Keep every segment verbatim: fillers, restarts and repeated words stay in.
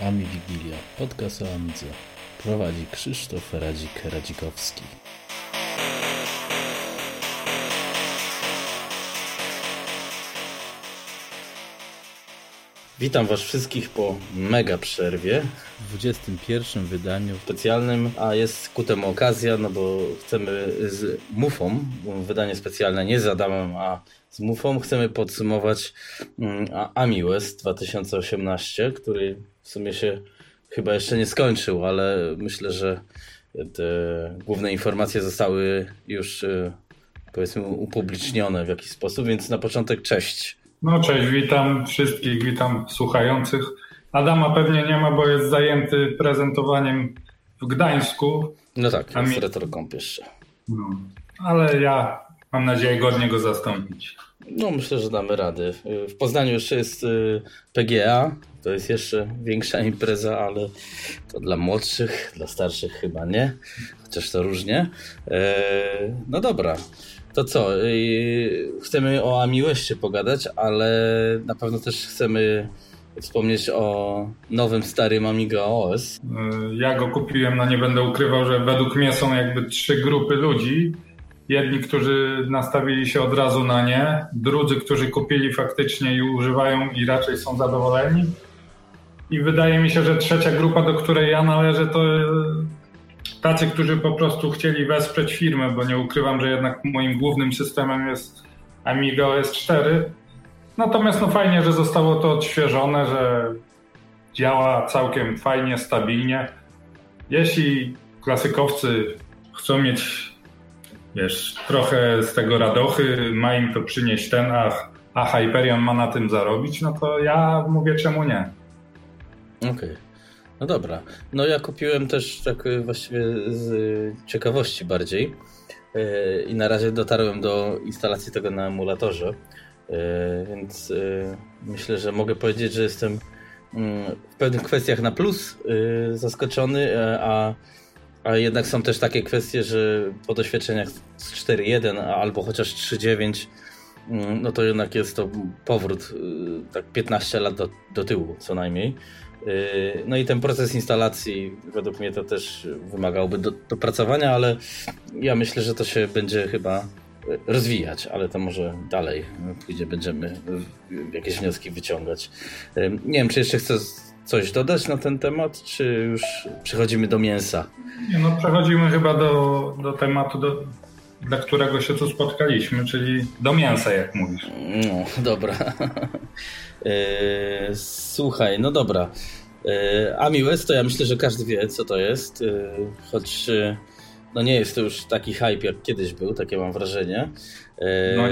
Ami Wigilia, podcast o Amidze. Prowadzi Krzysztof Radzik-Radzikowski. Witam was wszystkich po mega przerwie w dwudziestym pierwszym wydaniu specjalnym, a jest ku temu okazja, no bo chcemy z Mufą, wydanie specjalne nie z Adamem, a z Mufą, chcemy podsumować Ami West dwa tysiące osiemnaście, który w sumie się chyba jeszcze nie skończył, ale myślę, że te główne informacje zostały już, powiedzmy, upublicznione w jakiś sposób, więc na początek cześć. No cześć, witam wszystkich, witam słuchających. Adama pewnie nie ma, bo jest zajęty prezentowaniem w Gdańsku. No tak, jest mi... RetroComp jeszcze. No, ale ja mam nadzieję godnie go zastąpić. No myślę, że damy radę. W Poznaniu jeszcze jest P G A, to jest jeszcze większa impreza, ale to dla młodszych, dla starszych chyba nie, chociaż to różnie. No dobra. To co, chcemy o Ami Westie pogadać, ale na pewno też chcemy wspomnieć o nowym, starym Amiga O S. Ja go kupiłem, no nie będę ukrywał, że według mnie są jakby trzy grupy ludzi. Jedni, którzy nastawili się od razu na nie, drudzy, którzy kupili faktycznie i używają i raczej są zadowoleni. I wydaje mi się, że trzecia grupa, do której ja należę, to tacy, którzy po prostu chcieli wesprzeć firmę, bo nie ukrywam, że jednak moim głównym systemem jest Amiga O S cztery. Natomiast no fajnie, że zostało to odświeżone, że działa całkiem fajnie, stabilnie. Jeśli klasykowcy chcą mieć, wiesz, trochę z tego radochy, ma im to przynieść ten, a, a Hyperion ma na tym zarobić, no to ja mówię, czemu nie. Okej. Okay. No dobra, no ja kupiłem też tak właściwie z ciekawości bardziej i na razie dotarłem do instalacji tego na emulatorze, więc myślę, że mogę powiedzieć, że jestem w pewnych kwestiach na plus zaskoczony, a, a jednak są też takie kwestie, że po doświadczeniach z cztery jeden albo chociaż trzy dziewięć, no to jednak jest to powrót tak piętnaście lat do, do tyłu co najmniej. No i ten proces instalacji według mnie to też wymagałby do, dopracowania, ale ja myślę, że to się będzie chyba rozwijać, ale to może dalej pójdzie, będziemy jakieś wnioski wyciągać. Nie wiem, czy jeszcze chcesz coś dodać na ten temat, czy już przechodzimy do mięsa? Nie, no przechodzimy chyba do, do tematu, do, dla którego się tu spotkaliśmy, czyli do mięsa, jak mówisz. No, dobra. Słuchaj, no dobra. Ami West to ja myślę, że każdy wie, co to jest, choć no nie jest to już taki hype, jak kiedyś był, takie mam wrażenie. No.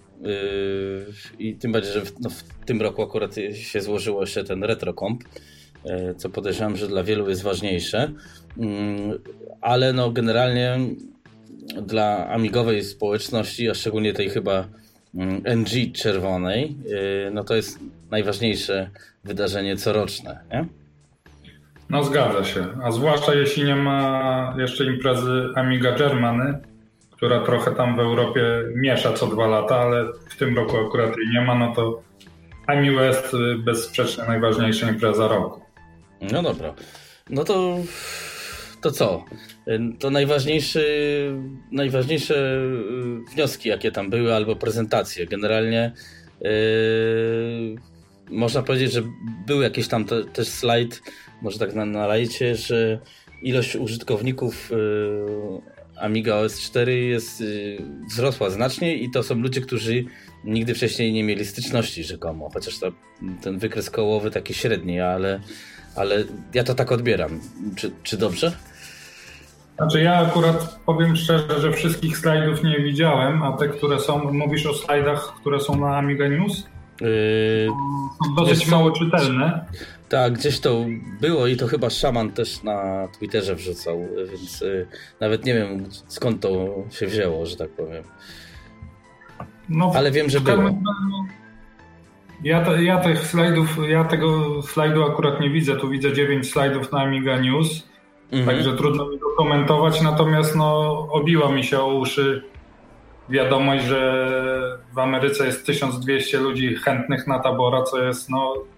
I tym bardziej, że w, no w tym roku akurat się złożyło się ten RetroComp, co podejrzewam, że dla wielu jest ważniejsze, ale no generalnie dla amigowej społeczności, a szczególnie tej chyba N G czerwonej, no to jest najważniejsze wydarzenie coroczne, nie? No zgadza się, a zwłaszcza jeśli nie ma jeszcze imprezy Amiga Germany, która trochę tam w Europie miesza co dwa lata, ale w tym roku akurat jej nie ma, no to Ami West bezsprzecznie najważniejsza impreza roku. No dobra, no to to co? To najważniejsze, najważniejsze wnioski, jakie tam były, albo prezentacje. Generalnie yy, można powiedzieć, że był jakiś tam te, też slajd, może tak na, na lajcie, że ilość użytkowników yy, Amiga O S cztery jest, yy, wzrosła znacznie i to są ludzie, którzy nigdy wcześniej nie mieli styczności rzekomo, chociaż to, ten wykres kołowy taki średni, ale, ale ja to tak odbieram. Czy, czy dobrze? Znaczy ja akurat powiem szczerze, że wszystkich slajdów nie widziałem, a te, które są, mówisz o slajdach, które są na Amiga News? Yy, są dosyć mało czytelne. Tak, gdzieś to było i to chyba Szaman też na Twitterze wrzucał, więc yy, nawet nie wiem skąd to się wzięło, że tak powiem. No, ale wiem, że było. Ja, te, ja tych slajdów, ja tego slajdu akurat nie widzę, tu widzę dziewięć slajdów na Amiga News. Mhm. Także trudno mi to komentować, natomiast no, obiła mi się o uszy wiadomość, że w Ameryce jest tysiąc dwieście ludzi chętnych na tabora, co jest no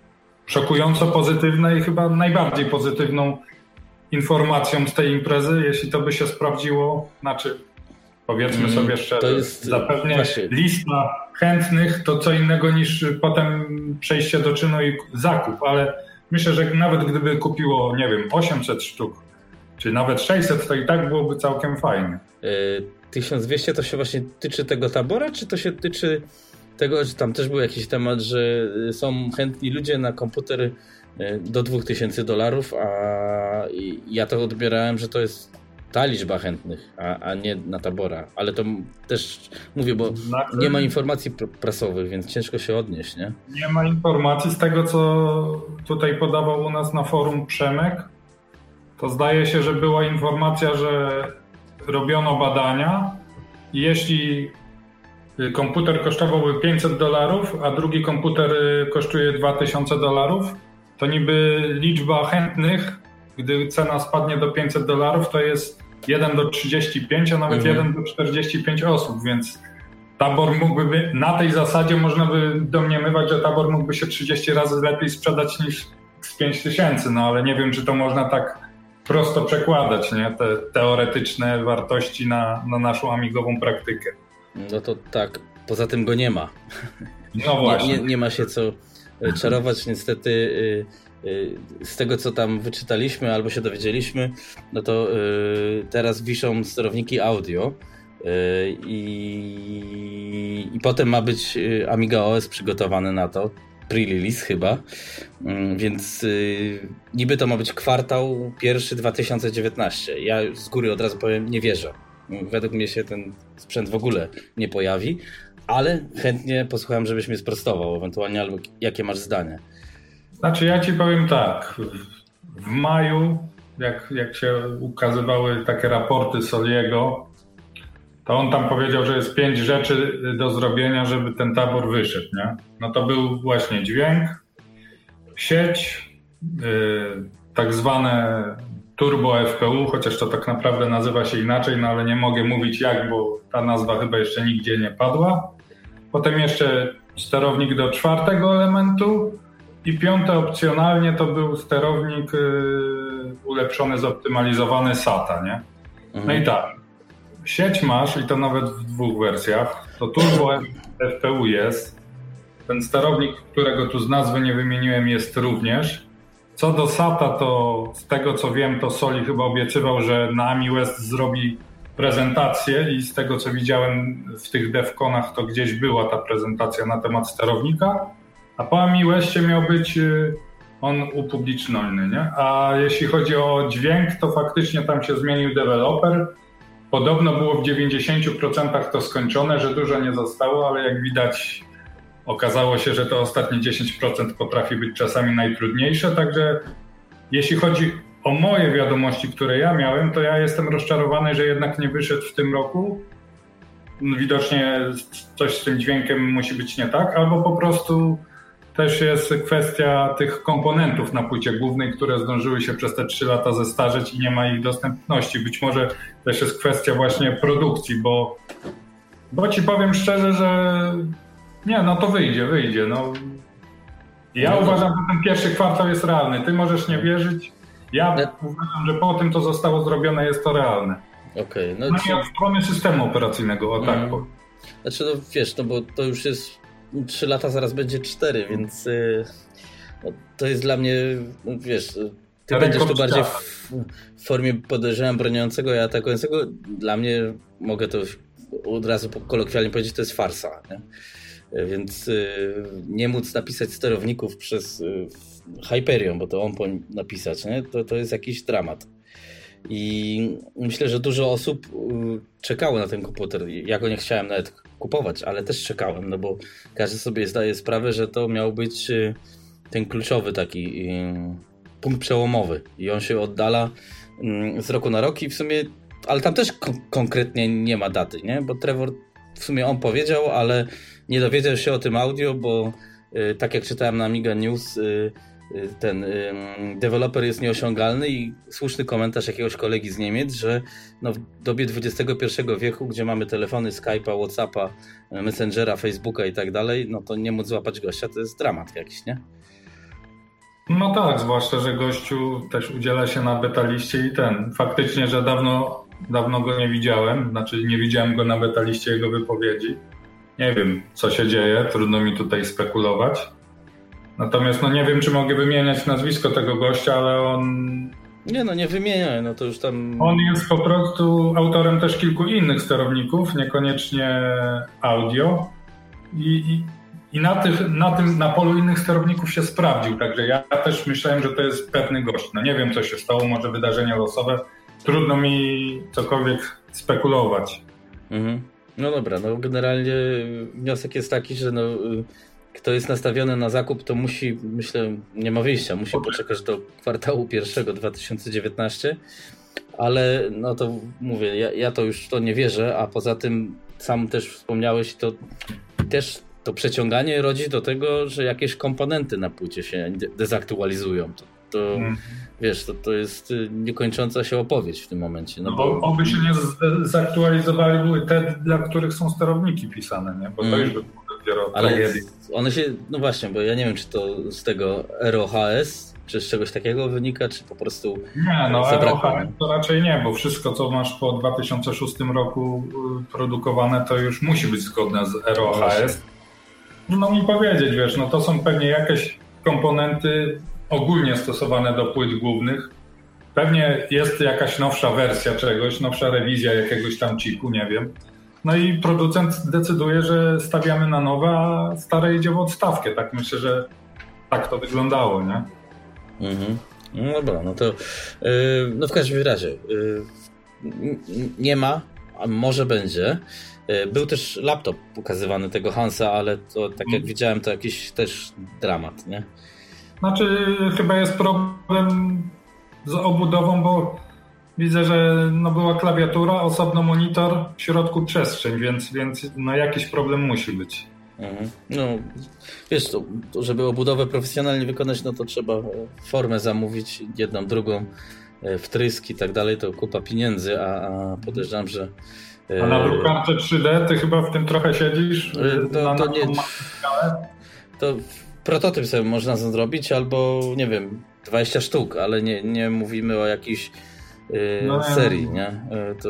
szokująco pozytywne i chyba najbardziej pozytywną informacją z tej imprezy, jeśli to by się sprawdziło, znaczy powiedzmy mm, sobie szczerze, to jest zapewne właśnie lista chętnych to co innego niż potem przejście do czynu i zakup, ale myślę, że nawet gdyby kupiło, nie wiem, osiemset sztuk, czy nawet sześćset, to i tak byłoby całkiem fajnie. tysiąc dwieście to się właśnie tyczy tego tabora, czy to się tyczy tego, że tam też był jakiś temat, że są chętni ludzie na komputery do dwa tysiące dolarów, a ja to odbierałem, że to jest ta liczba chętnych, a, a nie na tabora. Ale to też mówię, bo znaczy, nie ma informacji prasowych, więc ciężko się odnieść, nie? Nie ma informacji z tego, co tutaj podawał u nas na forum Przemek. To zdaje się, że była informacja, że robiono badania i jeśli komputer kosztowałby pięćset dolarów, a drugi komputer kosztuje dwa tysiące dolarów, to niby liczba chętnych, gdy cena spadnie do pięćset dolarów, to jest jeden do trzydziestu pięciu, a nawet mhm. jeden do czterdziestu pięciu osób, więc tabor mógłby, by, na tej zasadzie można by domniemywać, że tabor mógłby się trzydzieści razy lepiej sprzedać niż z pięć tysięcy, no ale nie wiem, czy to można tak prosto przekładać, nie? Te teoretyczne wartości na, na naszą amigową praktykę. No to tak, poza tym go nie ma. No właśnie. Nie, nie, nie ma się co czarować, niestety z tego, co tam wyczytaliśmy albo się dowiedzieliśmy, no to teraz wiszą sterowniki audio i, i potem ma być Amiga O S przygotowany na to, pre-release chyba, więc niby to ma być kwartał pierwszy dwa tysiące dziewiętnasty. Ja z góry od razu powiem, nie wierzę. Według mnie się ten sprzęt w ogóle nie pojawi, ale chętnie posłuchałem, żebyś mnie sprostował, ewentualnie albo jakie masz zdanie. Znaczy ja ci powiem tak, w maju, jak, jak się ukazywały takie raporty Soliego, to on tam powiedział, że jest pięć rzeczy do zrobienia, żeby ten tabor wyszedł, nie? No to był właśnie dźwięk, sieć, yy, tak zwane Turbo F P U, chociaż to tak naprawdę nazywa się inaczej, no ale nie mogę mówić jak, bo ta nazwa chyba jeszcze nigdzie nie padła. Potem jeszcze sterownik do czwartego elementu i piąte opcjonalnie to był sterownik yy, ulepszony, zoptymalizowany SATA, nie? Mhm. No i tak, sieć masz i to nawet w dwóch wersjach, to Turbo F P U jest, ten sterownik, którego tu z nazwy nie wymieniłem, jest również. Co do SATA, to z tego co wiem, to Soli chyba obiecywał, że na Ami West zrobi prezentację i z tego co widziałem w tych DevConach, to gdzieś była ta prezentacja na temat sterownika, a po Ami Westie miał być on upubliczniony, nie? A jeśli chodzi o dźwięk, to faktycznie tam się zmienił deweloper. Podobno było w dziewięćdziesięciu procentach to skończone, że dużo nie zostało, ale jak widać okazało się, że to ostatnie dziesięć procent potrafi być czasami najtrudniejsze, także jeśli chodzi o moje wiadomości, które ja miałem, to ja jestem rozczarowany, że jednak nie wyszedł w tym roku. Widocznie coś z tym dźwiękiem musi być nie tak, albo po prostu też jest kwestia tych komponentów na płycie głównej, które zdążyły się przez te trzy lata zestarzeć i nie ma ich dostępności. Być może też jest kwestia właśnie produkcji, bo, bo ci powiem szczerze, że nie, no to wyjdzie, wyjdzie. No. Ja no uważam, że ten pierwszy kwartał jest realny. Ty możesz nie wierzyć. Ja no. uważam, że po tym, co zostało zrobione, jest to realne. Okay, no no i od strony systemu operacyjnego, o tak mm. powiem. Znaczy, no wiesz, no bo to już jest trzy lata, zaraz będzie cztery, więc yy, no, to jest dla mnie, no, wiesz, ty ja będziesz tu bardziej w, w formie, podejrzewam, broniącego i atakującego. Dla mnie, mogę to od razu kolokwialnie powiedzieć, to jest farsa, nie? Więc yy, nie móc napisać sterowników przez yy, Hyperion, bo to on powinien napisać, nie? To, to jest jakiś dramat. I myślę, że dużo osób yy, czekało na ten komputer. Ja go nie chciałem nawet kupować, ale też czekałem, no bo każdy sobie zdaje sprawę, że to miał być yy, ten kluczowy taki yy, punkt przełomowy i on się oddala yy, z roku na rok i w sumie, ale tam też kon- konkretnie nie ma daty, nie? Bo Trevor w sumie on powiedział, ale nie dowiedział się o tym audio, bo y, tak jak czytałem na Amiga News, y, y, ten y, deweloper jest nieosiągalny i słuszny komentarz jakiegoś kolegi z Niemiec, że no, w dobie dwudziestego pierwszego wieku, gdzie mamy telefony Skype'a, Whatsappa, Messengera, Facebooka i tak dalej, no to nie móc złapać gościa to jest dramat jakiś, nie? No tak, zwłaszcza, że gościu też udziela się na betaliście i ten. Faktycznie, że dawno, dawno go nie widziałem, znaczy nie widziałem go na betaliście, jego wypowiedzi. Nie wiem, co się dzieje, trudno mi tutaj spekulować. Natomiast no nie wiem, czy mogę wymieniać nazwisko tego gościa, ale on... Nie no, nie wymieniaj, no to już tam... On jest po prostu autorem też kilku innych sterowników, niekoniecznie audio. I, i, i na, tych, na tym, na polu innych sterowników się sprawdził, także ja też myślałem, że to jest pewny gość. No nie wiem, co się stało, może wydarzenia losowe. Trudno mi cokolwiek spekulować. Mhm. No dobra, no generalnie wniosek jest taki, że no, kto jest nastawiony na zakup, to musi, myślę, nie ma wyjścia, musi poczekać do kwartału pierwszego dwa tysiące dziewiętnastego, ale no to mówię, ja, ja to już w to nie wierzę, a poza tym sam też wspomniałeś, to też to przeciąganie rodzi do tego, że jakieś komponenty na płycie się dezaktualizują. To, to hmm. wiesz, to, to jest niekończąca się opowieść w tym momencie. No bo... Oby się nie zaktualizowali były te, dla których są sterowniki pisane, nie? Bo to hmm. już by było dopiero ale tragedii. One się, no właśnie, bo ja nie wiem, czy to z tego R O H S, czy z czegoś takiego wynika, czy po prostu nie, no R O H S to raczej nie, bo wszystko, co masz po dwa tysiące szóstym roku produkowane, to już musi być zgodne z R O H S. No mi powiedzieć, wiesz, no to są pewnie jakieś komponenty ogólnie stosowane do płyt głównych. Pewnie jest jakaś nowsza wersja czegoś, nowsza rewizja jakiegoś tam chipu, nie wiem. No i producent decyduje, że stawiamy na nowe, a stare idzie w odstawkę. Tak myślę, że tak to wyglądało, nie? Mhm. No dobra, no to yy, no w każdym razie yy, nie ma, a może będzie. Yy, był też laptop pokazywany tego Hansa, ale to tak jak hmm. widziałem, to jakiś też dramat, nie? Znaczy chyba jest problem z obudową, bo widzę, że no była klawiatura, osobno monitor, w środku przestrzeń, więc, więc no jakiś problem musi być. Mhm. No wiesz, to, to żeby obudowę profesjonalnie wykonać, no to trzeba formę zamówić, jedną, drugą, wtrysk i tak dalej, to kupa pieniędzy, a, a podejrzewam, że... A na drukarce trzy D ty chyba w tym trochę siedzisz? To, na, to na nie... To prototyp sobie można zrobić, albo nie wiem, dwadzieścia sztuk, ale nie, nie mówimy o jakiejś yy, no, serii, nie? To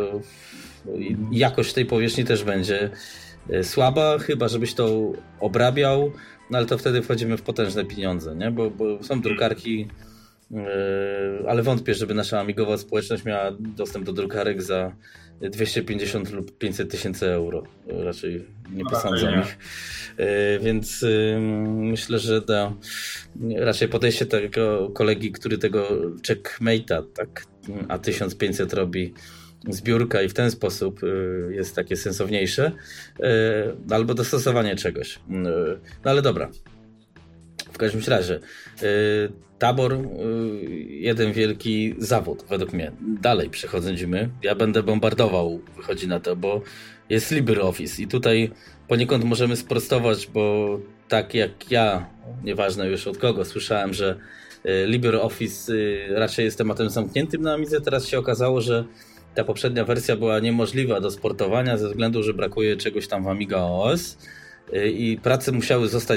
jakość tej powierzchni też będzie słaba, chyba żebyś to obrabiał, no ale to wtedy wchodzimy w potężne pieniądze, nie? Bo, bo są drukarki, yy, ale wątpię, żeby nasza amigowa społeczność miała dostęp do drukarek za dwieście pięćdziesiąt lub pięćset tysięcy euro. Raczej nie posądzam ich. Yy, więc yy, myślę, że to raczej podejście tego kolegi, który tego checkmate'a, tak, a tysiąc pięćset robi zbiórka i w ten sposób jest takie sensowniejsze, albo dostosowanie czegoś. No ale dobra. W każdym razie tabor, jeden wielki zawód według mnie. Dalej przechodzimy. Ja będę bombardował, wychodzi na to, bo jest LibreOffice i tutaj poniekąd możemy sprostować, bo tak jak ja, nieważne już od kogo, słyszałem, że LibreOffice raczej jest tematem zamkniętym na Amidze. Teraz się okazało, że ta poprzednia wersja była niemożliwa do sportowania ze względu, że brakuje czegoś tam w Amiga O S i prace musiały zostać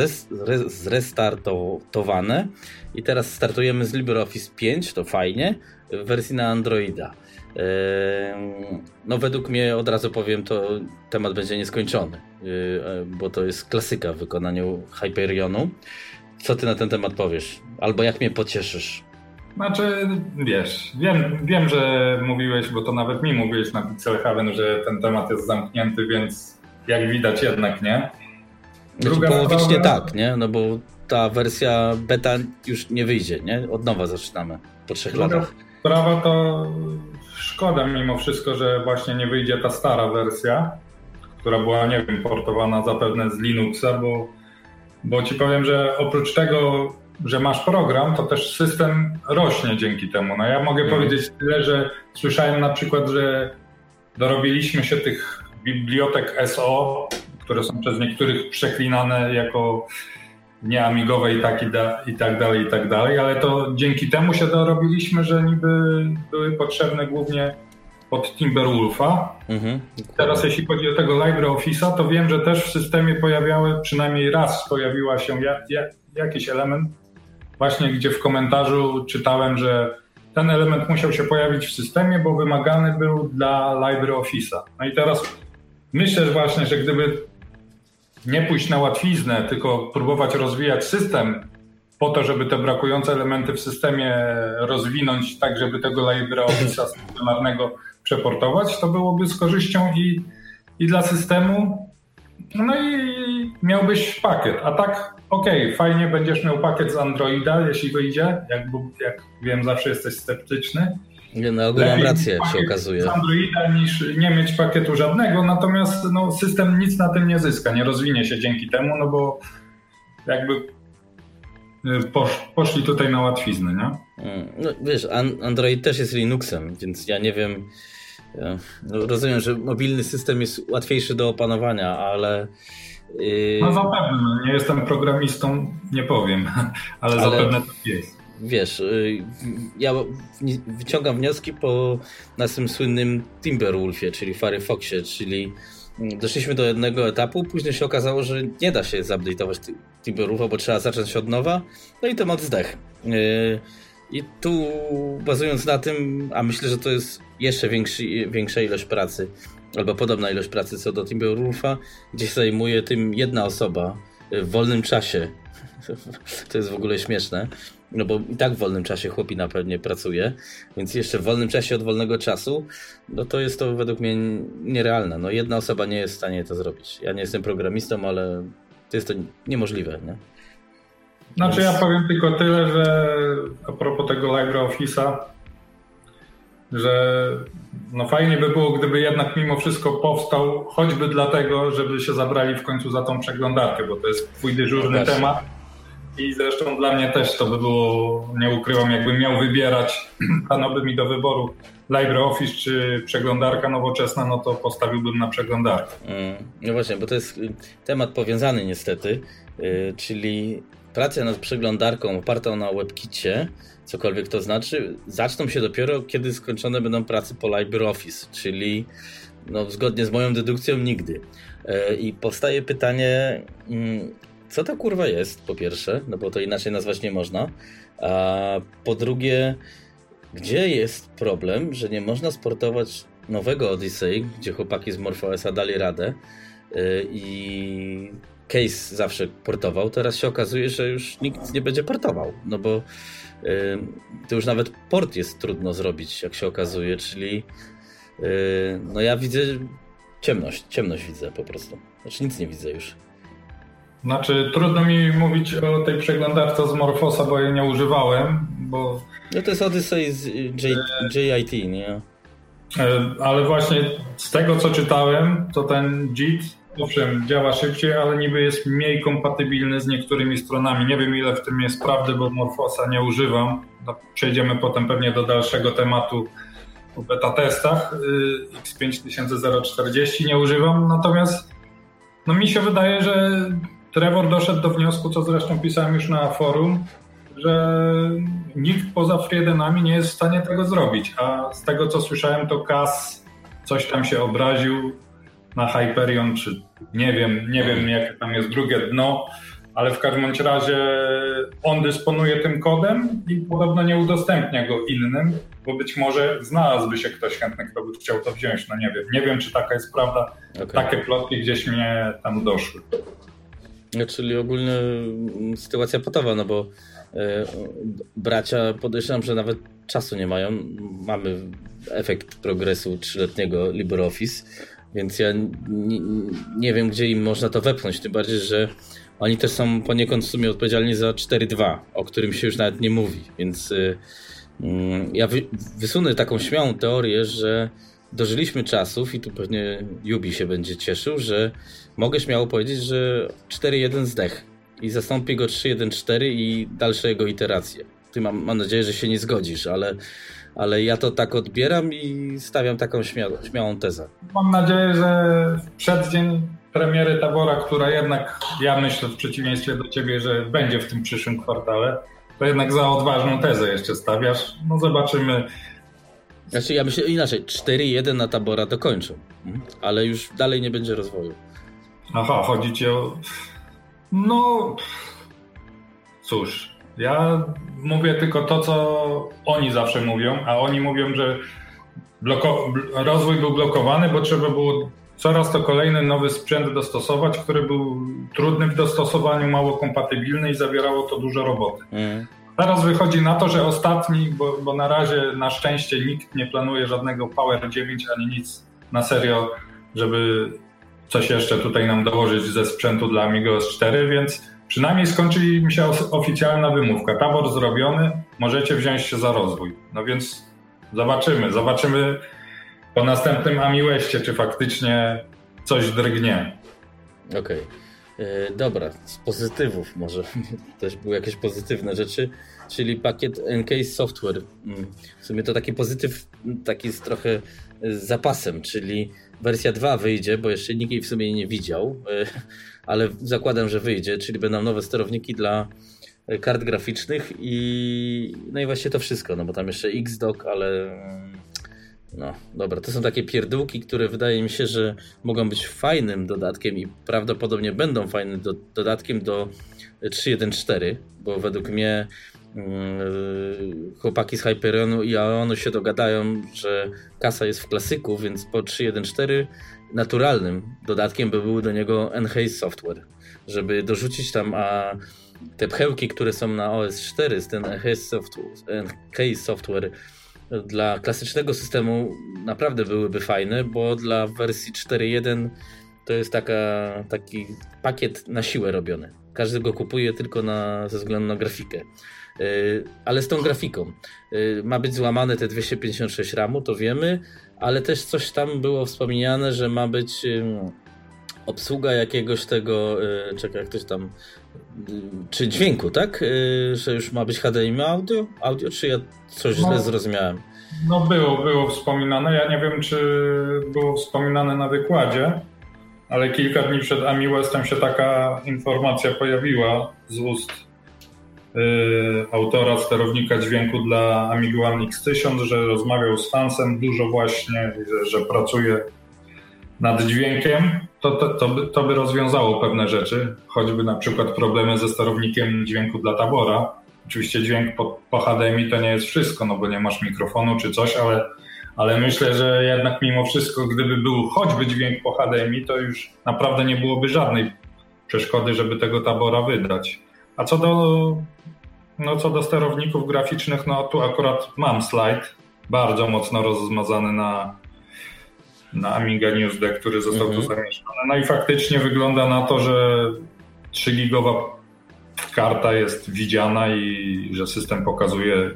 zrestartowane i teraz startujemy z LibreOffice pięć, to fajnie, w wersji na Androida. No według mnie, od razu powiem, to temat będzie nieskończony, bo to jest klasyka w wykonaniu Hyperionu. Co ty na ten temat powiesz? Albo jak mnie pocieszysz? Znaczy, wiesz, wiem, wiem, że mówiłeś, bo to nawet mi mówiłeś na Pixelhaven, że ten temat jest zamknięty, więc jak widać jednak nie. Druga znaczy, połowicznie sprawa... tak, nie? No bo ta wersja beta już nie wyjdzie, nie? Od nowa zaczynamy po trzech Druga latach. Sprawa to szkoda mimo wszystko, że właśnie nie wyjdzie ta stara wersja, która była, nie wiem, portowana zapewne z Linuxa, bo, bo ci powiem, że oprócz tego, że masz program, to też system rośnie dzięki temu. No ja mogę hmm. powiedzieć tyle, że słyszałem na przykład, że dorobiliśmy się tych bibliotek S O, które są przez niektórych przeklinane jako nieamigowe i tak, i, da, i tak dalej, i tak dalej, ale to dzięki temu się dorobiliśmy, że niby były potrzebne głównie pod Timberwolfa. Mhm. Teraz jeśli chodzi o tego LibreOffice'a, to wiem, że też w systemie pojawiały, przynajmniej raz pojawiła się ja, ja, jakiś element właśnie gdzie w komentarzu czytałem, że ten element musiał się pojawić w systemie, bo wymagany był dla LibreOffice'a. No i teraz myślę właśnie, że gdyby nie pójść na łatwiznę, tylko próbować rozwijać system po to, żeby te brakujące elementy w systemie rozwinąć tak, żeby tego LibreOffice'a stacjonarnego przeportować, to byłoby z korzyścią i, i dla systemu, no i miałbyś pakiet. A tak, okej, okay, fajnie, będziesz miał pakiet z Androida, jeśli wyjdzie, jak, jak wiem, zawsze jesteś sceptyczny. Nie, na ogóle mam rację, się okazuje. Z Androida niż nie mieć pakietu żadnego, natomiast no, system nic na tym nie zyska, nie rozwinie się dzięki temu, no bo jakby posz, poszli tutaj na łatwiznę, nie? No wiesz, Android też jest Linuxem, więc ja nie wiem, ja, no, rozumiem, że mobilny system jest łatwiejszy do opanowania, ale... Yy... No zapewne, nie jestem programistą, nie powiem, ale, ale... zapewne tak jest. Wiesz, ja wyciągam wnioski po naszym słynnym Timberwolfie, czyli Firefoxie, czyli doszliśmy do jednego etapu, później się okazało, że nie da się zupdate'ować Timberwolfa, bo trzeba zacząć od nowa, no i temat zdech. I tu bazując na tym, a myślę, że to jest jeszcze większy, większa ilość pracy, albo podobna ilość pracy co do Timberwolfa, gdzie się zajmuje tym jedna osoba w wolnym czasie. To jest w ogóle śmieszne. No bo i tak w wolnym czasie chłopina pewnie pracuje, więc jeszcze w wolnym czasie od wolnego czasu, no to jest to według mnie nierealne. No jedna osoba nie jest w stanie to zrobić. Ja nie jestem programistą, ale to jest to niemożliwe, nie? Znaczy więc... ja powiem tylko tyle, że a propos tego LibreOffice'a, że no fajnie by było, gdyby jednak mimo wszystko powstał, choćby dlatego, żeby się zabrali w końcu za tą przeglądarkę, bo to jest twój dyżurny no temat. I zresztą dla mnie też to by było, nie ukrywam, jakbym miał wybierać, dano mi do wyboru LibreOffice czy przeglądarka nowoczesna, no to postawiłbym na przeglądarkę. Mm, no właśnie, bo to jest temat powiązany niestety, yy, czyli prace nad przeglądarką opartą na WebKicie, cokolwiek to znaczy, zaczną się dopiero, kiedy skończone będą prace po LibreOffice, czyli no, zgodnie z moją dedukcją nigdy. Yy, I powstaje pytanie... Yy, Co to kurwa jest, po pierwsze, no bo to inaczej nazwać nie można, a po drugie, gdzie jest problem, że nie można sportować nowego Odyssey, gdzie chłopaki z MorphOS-a dali radę yy, i Case zawsze portował, teraz się okazuje, że już nikt nie będzie portował, no bo yy, to już nawet port jest trudno zrobić, jak się okazuje, czyli yy, no ja widzę ciemność, ciemność widzę po prostu, znaczy nic nie widzę już. Znaczy, trudno mi mówić o tej przeglądarce z Morphosa, bo jej nie używałem, bo... No to jest Odyssey z J I T, nie? Ale właśnie z tego, co czytałem, to ten J I T, owszem, działa szybciej, ale niby jest mniej kompatybilny z niektórymi stronami. Nie wiem, ile w tym jest prawdy, bo Morphosa nie używam. Przejdziemy potem pewnie do dalszego tematu o beta testach. X pięć tysięcy czterdzieści nie używam, natomiast no mi się wydaje, że Trevor doszedł do wniosku, co zresztą pisałem już na forum, że nikt poza Friedenami nie jest w stanie tego zrobić, a z tego, co słyszałem, to Cas coś tam się obraził na Hyperion, czy nie wiem, nie wiem jakie tam jest drugie dno, ale w każdym razie on dysponuje tym kodem i podobno nie udostępnia go innym, bo być może znalazłby się ktoś chętny, kto by chciał to wziąć, no nie wiem. Nie wiem, czy taka jest prawda, okay. Takie plotki gdzieś mnie tam doszły. No, czyli ogólnie sytuacja patowa, no bo e, bracia podejrzewam, że nawet czasu nie mają. Mamy efekt progresu trzyletniego LibreOffice, więc ja nie, nie wiem, gdzie im można to wepchnąć, tym bardziej, że oni też są poniekąd w sumie odpowiedzialni za cztery dwa, o którym się już nawet nie mówi, więc y, y, ja wy, wysunę taką śmiałą teorię, że dożyliśmy czasów i tu pewnie Yubi się będzie cieszył, że mogę śmiało powiedzieć, że cztery jeden zdech i zastąpi go trzy jeden cztery i dalsze jego iteracje. Ty mam, mam nadzieję, że się nie zgodzisz, ale, ale ja to tak odbieram i stawiam taką śmia, śmiałą tezę. Mam nadzieję, że w przeddzień premiery Tabora, która jednak, ja myślę w przeciwieństwie do ciebie, że będzie w tym przyszłym kwartale, to jednak za odważną tezę jeszcze stawiasz. No zobaczymy. Znaczy ja myślę inaczej, cztery jeden na Tabora dokończą, ale już dalej nie będzie rozwoju. Aha, chodzi ci o... No... Cóż, Ja mówię tylko to, co oni zawsze mówią, a oni mówią, że bloko- rozwój był blokowany, bo trzeba było coraz to kolejny nowy sprzęt dostosować, który był trudny w dostosowaniu, mało kompatybilny i zawierało to dużo roboty. Mm. Teraz wychodzi na to, że ostatni, bo, bo na razie na szczęście nikt nie planuje żadnego Power dziewięć ani nic na serio, żeby coś jeszcze tutaj nam dołożyć ze sprzętu dla Amiga O S cztery, więc przynajmniej skończyli mi się oficjalna wymówka. Tabor zrobiony, możecie wziąć się za rozwój. No więc zobaczymy, zobaczymy po następnym AmiWestie, czy faktycznie coś drgnie. Okej. Okay. Dobra, z pozytywów może też były jakieś pozytywne rzeczy, czyli pakiet Encase Software. W sumie to taki pozytyw, taki z trochę z zapasem, czyli wersja dwa wyjdzie, bo jeszcze nikt jej w sumie nie widział, ale zakładam, że wyjdzie, czyli będą nowe sterowniki dla kart graficznych i no i właśnie to wszystko, no bo tam jeszcze X-Dock, ale no dobra, to są takie pierdółki, które wydaje mi się, że mogą być fajnym dodatkiem i prawdopodobnie będą fajnym do, dodatkiem do trzy jeden cztery, bo według mnie yy, chłopaki z Hyperionu i Aeonu się dogadają, że kasa jest w klasyku, więc po trzy jeden cztery naturalnym dodatkiem by był do niego Encase Software, żeby dorzucić tam, a te pchełki, które są na O S cztery z ten Encase Software, Encase Software dla klasycznego systemu naprawdę byłyby fajne, bo dla wersji cztery jeden to jest taka, taki pakiet na siłę robiony. Każdy go kupuje tylko na, ze względu na grafikę. Yy, ale z tą grafiką yy, ma być złamane te dwieście pięćdziesiąt sześć ramu, to wiemy, ale też coś tam było wspomniane, że ma być yy, obsługa jakiegoś tego, yy, czekaj, jak ktoś tam, yy, czy dźwięku, tak? Yy, że już ma być H D M I audio? Audio, czy ja coś no, źle zrozumiałem? No było, było wspominane. Ja nie wiem, czy było wspominane na wykładzie, ale kilka dni przed AmiWestem się taka informacja pojawiła z ust yy, autora sterownika dźwięku dla Amiga One X tysiąc, że rozmawiał z fansem dużo właśnie, że, że pracuje nad dźwiękiem. To, to, to, by, to by rozwiązało pewne rzeczy, choćby na przykład problemy ze sterownikiem dźwięku dla Tabora. Oczywiście dźwięk po, po H D M I to nie jest wszystko, no bo nie masz mikrofonu czy coś, ale, ale myślę, że jednak mimo wszystko, gdyby był choćby dźwięk po H D M I, to już naprawdę nie byłoby żadnej przeszkody, żeby tego Tabora wydać. A co do, no co do sterowników graficznych, no tu akurat mam slajd, bardzo mocno rozmazany na, na Amiga Newsdeck, który został mhm. tu zamieszczony. No i faktycznie wygląda na to, że trzy gigowa karta jest widziana i że system pokazuje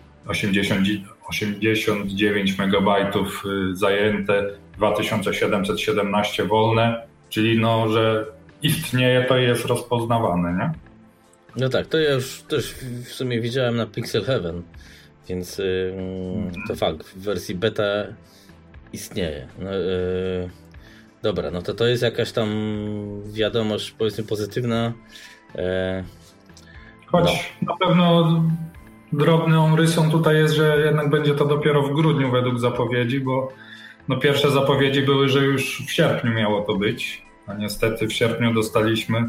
osiemdziesiąt dziewięć megabajtów zajęte, dwa tysiące siedemset siedemnaście wolne, czyli no, że istnieje to i jest rozpoznawane, nie? No tak, to ja już też w sumie widziałem na Pixel Heaven, więc yy, to fakt, w wersji beta istnieje. No, yy, dobra, no to to jest jakaś tam wiadomość, powiedzmy pozytywna. Yy, Choć no. na pewno drobną rysą tutaj jest, że jednak będzie to dopiero w grudniu według zapowiedzi, bo no pierwsze zapowiedzi były, że już w sierpniu miało to być, a niestety w sierpniu dostaliśmy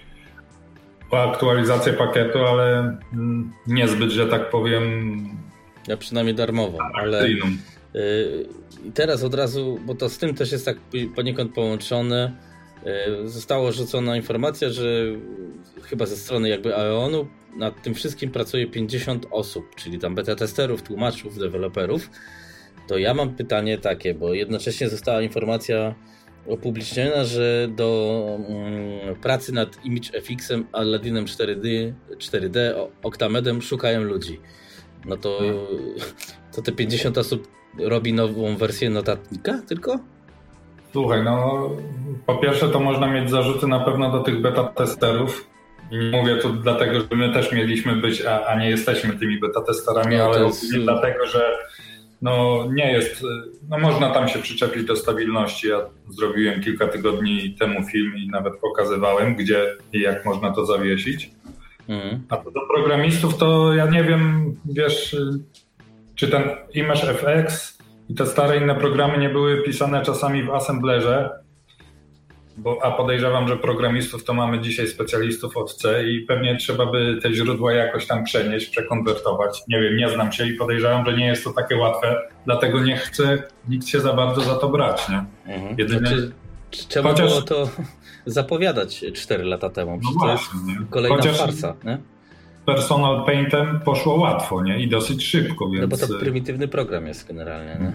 aktualizację pakietu, ale niezbyt, że tak powiem... Ja przynajmniej darmową, ale i yy, teraz od razu, bo to z tym też jest tak poniekąd połączone, yy, została rzucona informacja, że chyba ze strony jakby Aeonu nad tym wszystkim pracuje pięćdziesiąt osób, czyli tam beta testerów, tłumaczów, deweloperów. To ja mam pytanie takie, bo jednocześnie została informacja upubliczniona, że do mm, pracy nad ImageFX-em, Aladdinem cztery D, cztery D, Octamedem szukają ludzi. No to, to te pięćdziesiąt osób robi nową wersję notatnika tylko? Słuchaj, no po pierwsze to można mieć zarzuty na pewno do tych beta testerów. I mówię to dlatego, że my też mieliśmy być, a, a nie jesteśmy tymi beta testerami, no, ale jest... dlatego, że no nie jest, no można tam się przyczepić do stabilności. Ja zrobiłem kilka tygodni temu film i nawet pokazywałem, gdzie i jak można to zawiesić. Mm. A to do programistów to ja nie wiem, wiesz, czy ten ImageFX i te stare inne programy nie były pisane czasami w assemblerze, bo, a podejrzewam, że programistów to mamy dzisiaj specjalistów od C i pewnie trzeba by te źródła jakoś tam przenieść, przekonwertować. Nie wiem, nie znam się i podejrzewam, że nie jest to takie łatwe, dlatego nie chce nikt się za bardzo za to brać, nie? Mhm. Jedynie... Znaczy, trzeba Chociaż... było to zapowiadać cztery lata temu. No właśnie, nie? Kolejna Chociaż... farsa, nie? Personal Paintem poszło łatwo, nie? I dosyć szybko, więc... No bo to prymitywny program jest generalnie, nie?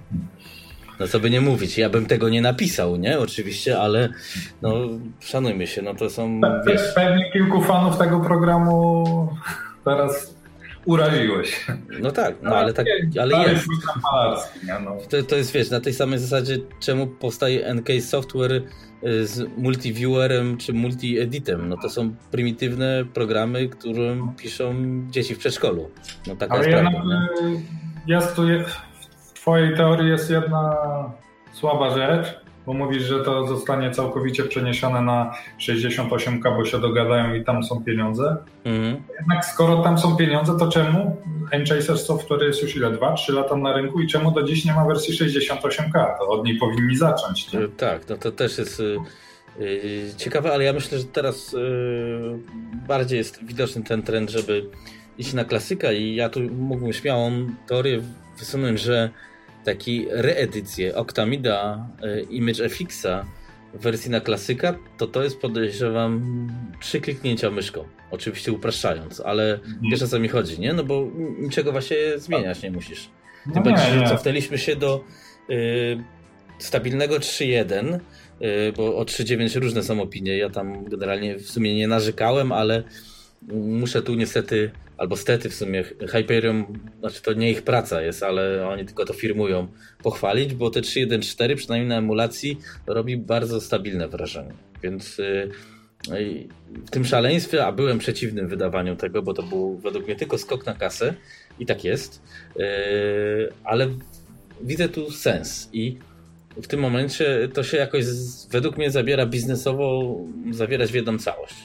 No co by nie mówić, ja bym tego nie napisał, nie? Oczywiście, ale no szanujmy się, no to są... Pe- wiesz... Pewnie kilku fanów tego programu teraz uraziłeś. No tak, no ale tak, ale jest. No. To, to jest, wiesz, na tej samej zasadzie, czemu powstaje N K Software z multiviewerem czy multi-editem. No to są prymitywne programy, którym piszą dzieci w przedszkolu. No taka ale jest jednak prawda, jest tu, je, w twojej teorii jest jedna słaba rzecz, bo mówisz, że to zostanie całkowicie przeniesione na sześćdziesiąt osiem K, bo się dogadają i tam są pieniądze. Mm. Jednak skoro tam są pieniądze, to czemu Enchaser Software jest już ile? dwa trzy lata na rynku i czemu do dziś nie ma wersji sześćdziesiąt osiem K? To od niej powinni zacząć. Nie? Tak, no to też jest yy, ciekawe, ale ja myślę, że teraz yy, bardziej jest widoczny ten trend, żeby iść na klasyka i ja tu mógłbym śmiałą teorię wysunąć, że taki reedycję Octamida ImageFX-a w wersji na klasyka, to to jest, podejrzewam, trzy kliknięcia myszką. Oczywiście upraszczając, ale mhm. wiesz, o co mi chodzi, nie? No bo niczego właśnie zmieniać nie musisz. Tym no bardziej, że cofnęliśmy się do y, stabilnego trzy jeden, y, bo o trzy dziewięć różne są opinie. Ja tam generalnie w sumie nie narzekałem, ale muszę tu niestety, albo stety w sumie, Hyperion, znaczy to nie ich praca jest, ale oni tylko to firmują, pochwalić, bo te trzy jeden cztery przynajmniej na emulacji robi bardzo stabilne wrażenie. Więc yy, yy, w tym szaleństwie, a byłem przeciwnym wydawaniu tego, bo to był według mnie tylko skok na kasę i tak jest, yy, ale widzę tu sens i w tym momencie to się jakoś z, według mnie zabiera biznesowo, zawierać w jedną całość.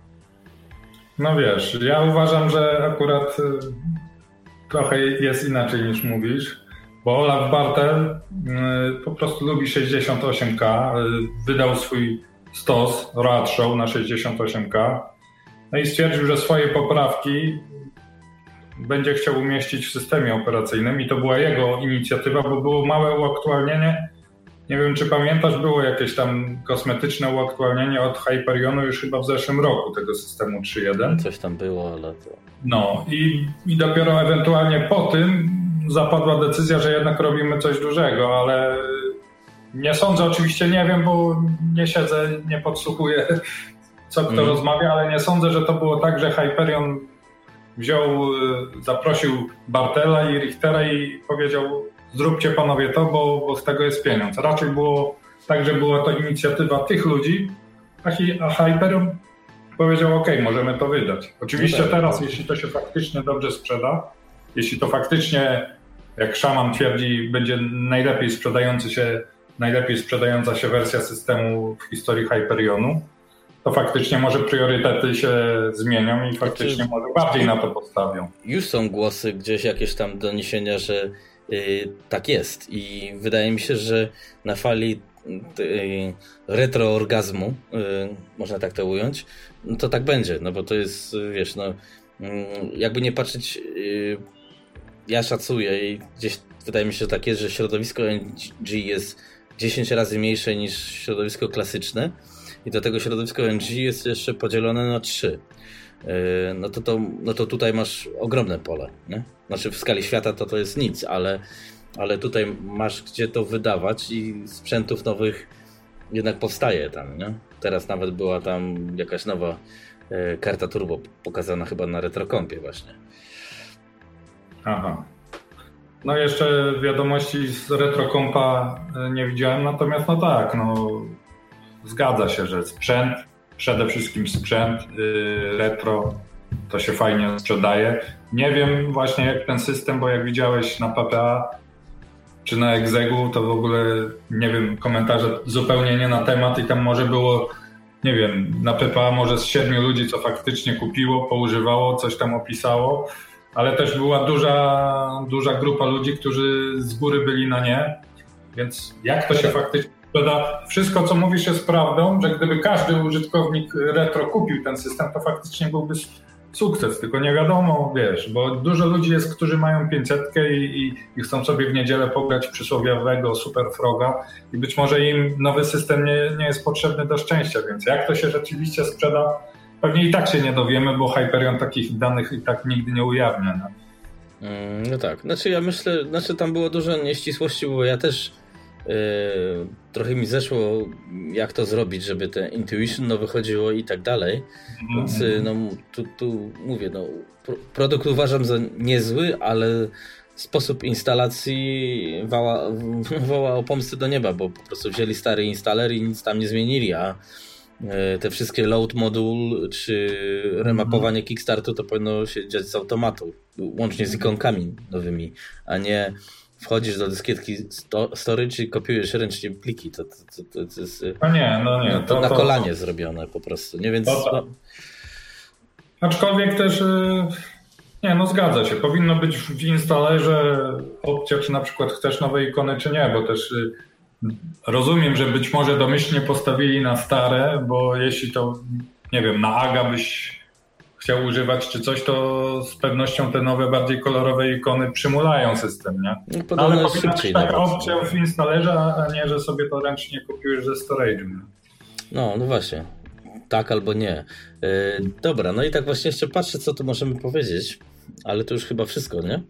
No wiesz, ja uważam, że akurat trochę jest inaczej niż mówisz, bo Olaf Bartel po prostu lubi sześćdziesiąt osiem K, wydał swój stos Roadshow na sześćdziesiąt osiem K, no i stwierdził, że swoje poprawki będzie chciał umieścić w systemie operacyjnym i to była jego inicjatywa, bo było małe uaktualnienie. Nie wiem, czy pamiętasz, było jakieś tam kosmetyczne uaktualnienie od Hyperionu już chyba w zeszłym roku tego systemu trzy jeden. Coś tam było, ale to... No i, i dopiero ewentualnie po tym zapadła decyzja, że jednak robimy coś dużego, ale nie sądzę, oczywiście nie wiem, bo nie siedzę, nie podsłuchuję, co kto mm. rozmawia, ale nie sądzę, że to było tak, że Hyperion wziął, zaprosił Bartela i Richtera i powiedział: zróbcie panowie to, bo, bo z tego jest pieniądz. Raczej było tak, że była to inicjatywa tych ludzi, a, hi, a Hyperion powiedział: ok, możemy to wydać. Oczywiście teraz, jeśli to się faktycznie dobrze sprzeda, jeśli to faktycznie, jak szaman twierdzi, będzie najlepiej sprzedający się, najlepiej sprzedająca się wersja systemu w historii Hyperionu, to faktycznie może priorytety się zmienią i faktycznie znaczy, może bardziej na to postawią. Już są głosy, gdzieś jakieś tam doniesienia, że Yy, tak jest i wydaje mi się, że na fali yy, retroorgazmu, yy, można tak to ująć, no to tak będzie, no bo to jest, wiesz, no yy, jakby nie patrzeć, yy, ja szacuję i gdzieś wydaje mi się, że tak jest, że środowisko N G jest dziesięć razy mniejsze niż środowisko klasyczne i do tego środowisko N G jest jeszcze podzielone na trzy. No to, to, no to tutaj masz ogromne pole, nie? Znaczy w skali świata to to jest nic, ale, ale tutaj masz gdzie to wydawać i sprzętów nowych jednak powstaje tam, nie? Teraz nawet była tam jakaś nowa e, karta turbo pokazana chyba na RetroCompie właśnie. Aha. No jeszcze wiadomości z RetroCompa nie widziałem, natomiast no tak, no zgadza się, że sprzęt, przede wszystkim sprzęt yy, retro, to się fajnie sprzedaje. Nie wiem właśnie jak ten system, bo jak widziałeś na P P A czy na Exegu, to w ogóle nie wiem, komentarze zupełnie nie na temat i tam może było, nie wiem, na P P A może z siedmiu ludzi, co faktycznie kupiło, poużywało, coś tam opisało, ale też była duża, duża grupa ludzi, którzy z góry byli na nie, więc jak to się faktycznie sprzeda. Wszystko, co mówisz, jest prawdą, że gdyby każdy użytkownik retro kupił ten system, to faktycznie byłby sukces, tylko nie wiadomo, wiesz, bo dużo ludzi jest, którzy mają pięćsetkę i, i, i chcą sobie w niedzielę pograć przysłowiowego Super Froga i być może im nowy system nie, nie jest potrzebny do szczęścia, więc jak to się rzeczywiście sprzeda, pewnie i tak się nie dowiemy, bo Hyperion takich danych i tak nigdy nie ujawnia. No, no tak, znaczy ja myślę, znaczy tam było dużo nieścisłości, bo ja też yy, trochę mi zeszło, jak to zrobić, żeby te Intuition no wychodziło i tak dalej, więc no tu, tu mówię, no produkt uważam za niezły, ale sposób instalacji woła, woła o pomstę do nieba, bo po prostu wzięli stary installer i nic tam nie zmienili, a te wszystkie load module czy remapowanie Kickstartu to powinno się dziać z automatu, łącznie z ikonkami nowymi, a nie wchodzisz do dyskietki sto, storage i kopiujesz ręcznie pliki. To, to, to, to jest no nie, no nie. No, to, to na kolanie to, zrobione po prostu. Nie, więc... to, to. Aczkolwiek też nie, no zgadza się. Powinno być w installerze opcja, czy na przykład chcesz nowe ikony, czy nie, bo też rozumiem, że być może domyślnie postawili na stare, bo jeśli to, nie wiem, na Aga byś chciał używać czy coś, to z pewnością te nowe, bardziej kolorowe ikony przymulają system, nie? No, ale powinna być taka opcja w installerze, a nie, że sobie to ręcznie kopiujesz ze storage'u. No, no właśnie. Tak albo nie. Yy, dobra, no i tak właśnie jeszcze patrzę, co tu możemy powiedzieć, ale to już chyba wszystko, nie?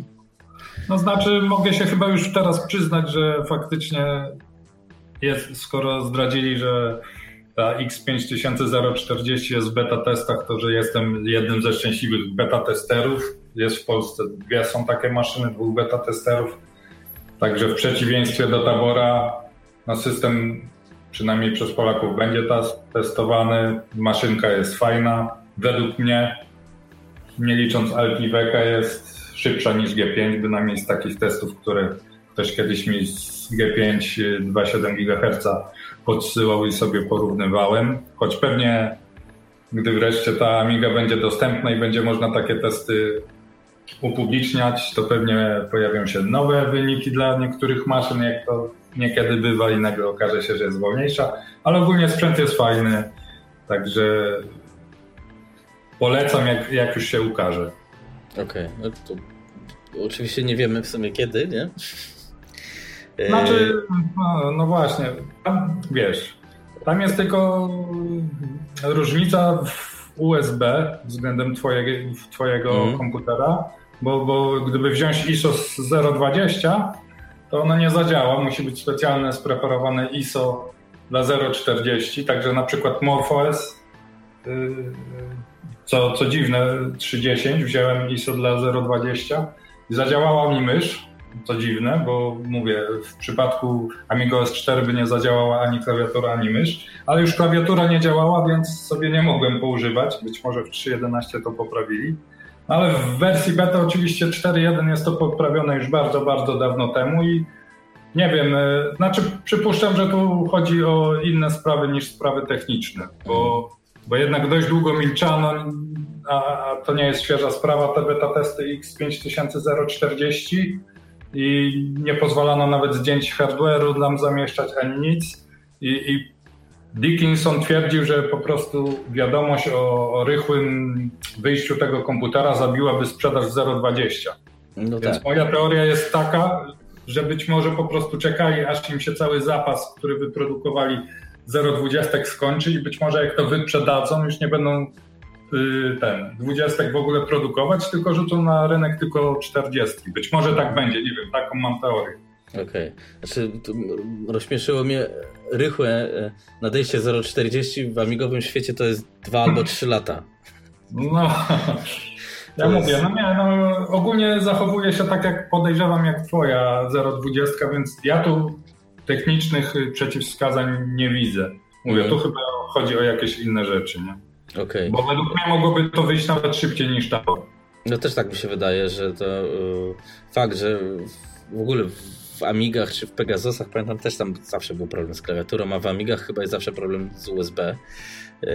No znaczy, mogę się chyba już teraz przyznać, że faktycznie jest, skoro zdradzili, że ta X pięć tysięcy czterdzieści jest w beta testach, to że jestem jednym ze szczęśliwych beta testerów. Jest w Polsce dwie są takie maszyny, dwóch beta testerów. Także w przeciwieństwie do Tabora, no system przynajmniej przez Polaków będzie testowany. Maszynka jest fajna. Według mnie, nie licząc Alpiweka, jest szybsza niż G pięć, bynajmniej z takich testów, które ktoś kiedyś mi z G pięć dwa przecinek siedem gigaherca podsyłał i sobie porównywałem. Choć pewnie, gdy wreszcie ta Amiga będzie dostępna i będzie można takie testy upubliczniać, to pewnie pojawią się nowe wyniki dla niektórych maszyn, jak to niekiedy bywa i nagle okaże się, że jest wolniejsza, ale ogólnie sprzęt jest fajny, także polecam, jak, jak już się ukaże. Okej, okay. No to oczywiście nie wiemy w sumie kiedy, nie? Znaczy, no, no właśnie, tam, wiesz, tam jest tylko różnica w U S B względem twojego, twojego mm. komputera, bo, bo gdyby wziąć I S O z zero dwadzieścia, to ono nie zadziała, musi być specjalne spreparowane I S O dla zero czterdzieści, także na przykład MorphOS, yy, co, co dziwne, trzy dziesięć, wziąłem I S O dla zero dwadzieścia i zadziałała mi mysz, co dziwne, bo mówię, w przypadku Amiga O S cztery by nie zadziałała ani klawiatura, ani mysz, ale już klawiatura nie działała, więc sobie nie mogłem poużywać, być może w trzy jedenaście to poprawili, ale w wersji beta oczywiście cztery jeden jest to poprawione już bardzo, bardzo dawno temu i nie wiem, znaczy przypuszczam, że tu chodzi o inne sprawy niż sprawy techniczne, bo, bo jednak dość długo milczano, a, a to nie jest świeża sprawa, te beta testy X pięć tysięcy czterdzieści i nie pozwalano nawet zdjęć hardware'u nam zamieszczać ani nic i, i Dickinson twierdził, że po prostu wiadomość o, o rychłym wyjściu tego komputera zabiłaby sprzedaż zero dwadzieścia. No Więc tak. Moja teoria jest taka, że być może po prostu czekali, aż im się cały zapas, który wyprodukowali zero dwadzieścia skończy i być może jak to wyprzedadzą, już nie będą y, ten dwadzieścia w ogóle produkować, tylko rzucą na rynek tylko czterdzieści. Być może tak będzie, nie wiem, taką mam teorię. Okej. Okay. Znaczy, rozśmieszyło mnie rychłe nadejście zero czterdzieści w amigowym świecie to jest dwa albo trzy lata. No, ja to mówię, jest... no nie, no ogólnie zachowuje się tak jak podejrzewam jak twoja zero dwadzieścia, więc ja tu technicznych przeciwwskazań nie widzę. Mówię, mm. tu chyba chodzi o jakieś inne rzeczy, nie? Okay. Bo według mnie mogłoby to wyjść nawet szybciej niż ta. No też tak mi się wydaje, że to yy, fakt, że w ogóle w Amigach czy w Pegasusach, pamiętam, też tam zawsze był problem z klawiaturą, a w Amigach chyba jest zawsze problem z U S B, yy,